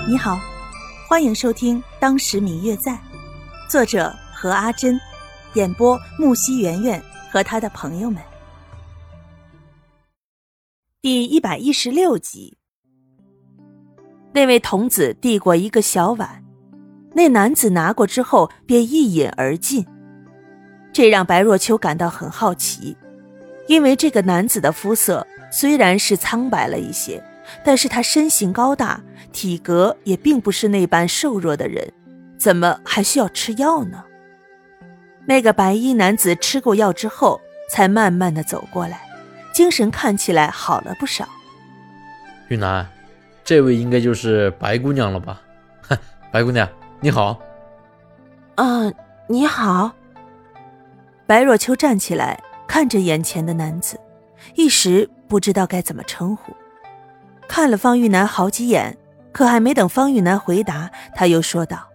你好，欢迎收听《当时明月在》，作者何阿珍，演播木西圆圆和他的朋友们。第116集。那位童子递过一个小碗，那男子拿过之后便一饮而尽，这让白若秋感到很好奇，因为这个男子的肤色虽然是苍白了一些，但是他身形高大，体格也并不是那般瘦弱的人，怎么还需要吃药呢？那个白衣男子吃过药之后才慢慢地走过来，精神看起来好了不少。 玉楠，这位应该就是白姑娘了吧？白姑娘你好。 你好。白若秋站起来看着眼前的男子，一时不知道该怎么称呼，看了方玉楠好几眼，可还没等方玉楠回答，他又说道：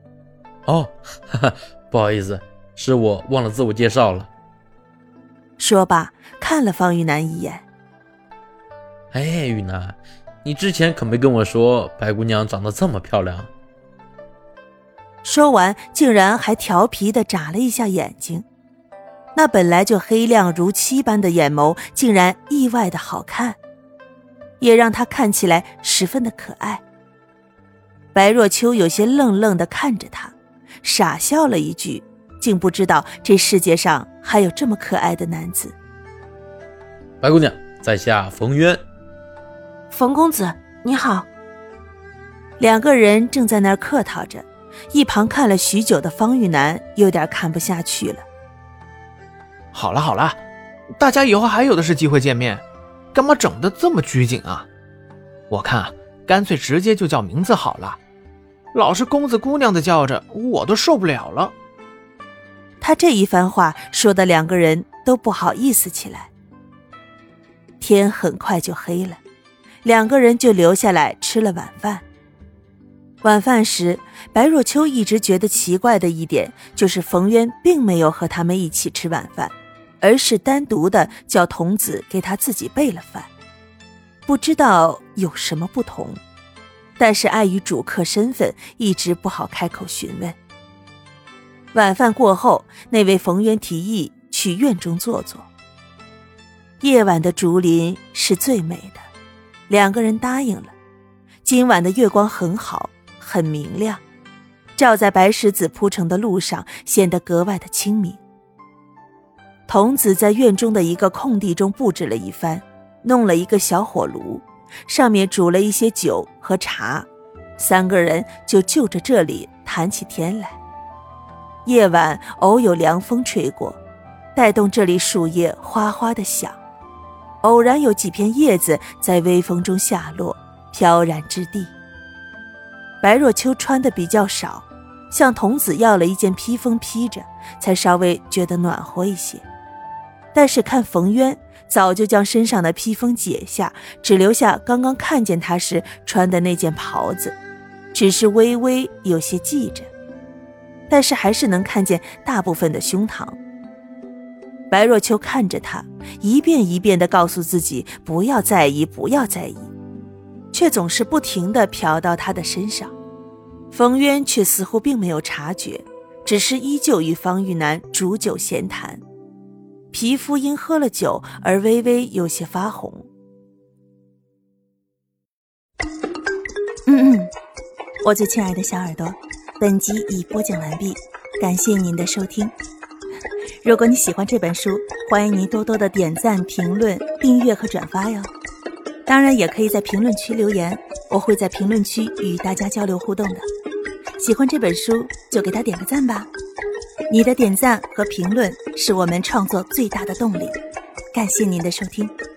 不好意思，是我忘了自我介绍了。 说罢看了方玉楠一眼。 玉楠，你之前可没跟我说白姑娘长得这么漂亮。 说完竟然还调皮地眨了一下眼睛，那本来就黑亮如漆般的眼眸竟然意外的好看，也让他看起来十分的可爱。白若秋有些愣愣地看着他，傻笑了一句，竟不知道这世界上还有这么可爱的男子。 白姑娘，在下冯渊。 冯公子你好。两个人正在那儿客套着，一旁看了许久的方玉楠有点看不下去了。 好了，大家以后还有的是机会见面，干嘛整得这么拘谨啊？我看干脆直接就叫名字好了，老是公子姑娘的叫着，我都受不了了。 他这一番话说的两个人都不好意思起来。天很快就黑了，两个人就留下来吃了晚饭。晚饭时，白若秋一直觉得奇怪的一点就是冯渊并没有和他们一起吃晚饭，而是单独的叫童子给他自己备了饭，不知道有什么不同，但是碍于主客身份，一直不好开口询问。晚饭过后，那位冯渊提议去院中坐坐。夜晚的竹林是最美的，两个人答应了。今晚的月光很好，很明亮，照在白石子铺成的路上，显得格外的清明。童子在院中的一个空地中布置了一番，弄了一个小火炉，上面煮了一些酒和茶，三个人就着这里谈起天来。夜晚偶有凉风吹过，带动这里树叶哗哗地响，偶然有几片叶子在微风中下落，飘然之地。白若秋穿的比较少，向童子要了一件披风披着，才稍微觉得暖和一些。但是看冯渊早就将身上的披风解下，只留下刚刚看见他时穿的那件袍子，只是微微有些系着，但是还是能看见大部分的胸膛。白若秋看着他，一遍一遍地告诉自己不要在意，不要在意，却总是不停地瞟到他的身上。冯渊却似乎并没有察觉，只是依旧与方玉楠煮酒闲谈，皮肤因喝了酒而微微有些发红。我最亲爱的小耳朵，本集已播讲完毕，感谢您的收听。如果你喜欢这本书，欢迎您多多的点赞、评论、订阅和转发哟。当然也可以在评论区留言，我会在评论区与大家交流互动的。喜欢这本书就给它点个赞吧，你的点赞和评论是我们创作最大的动力。感谢您的收听。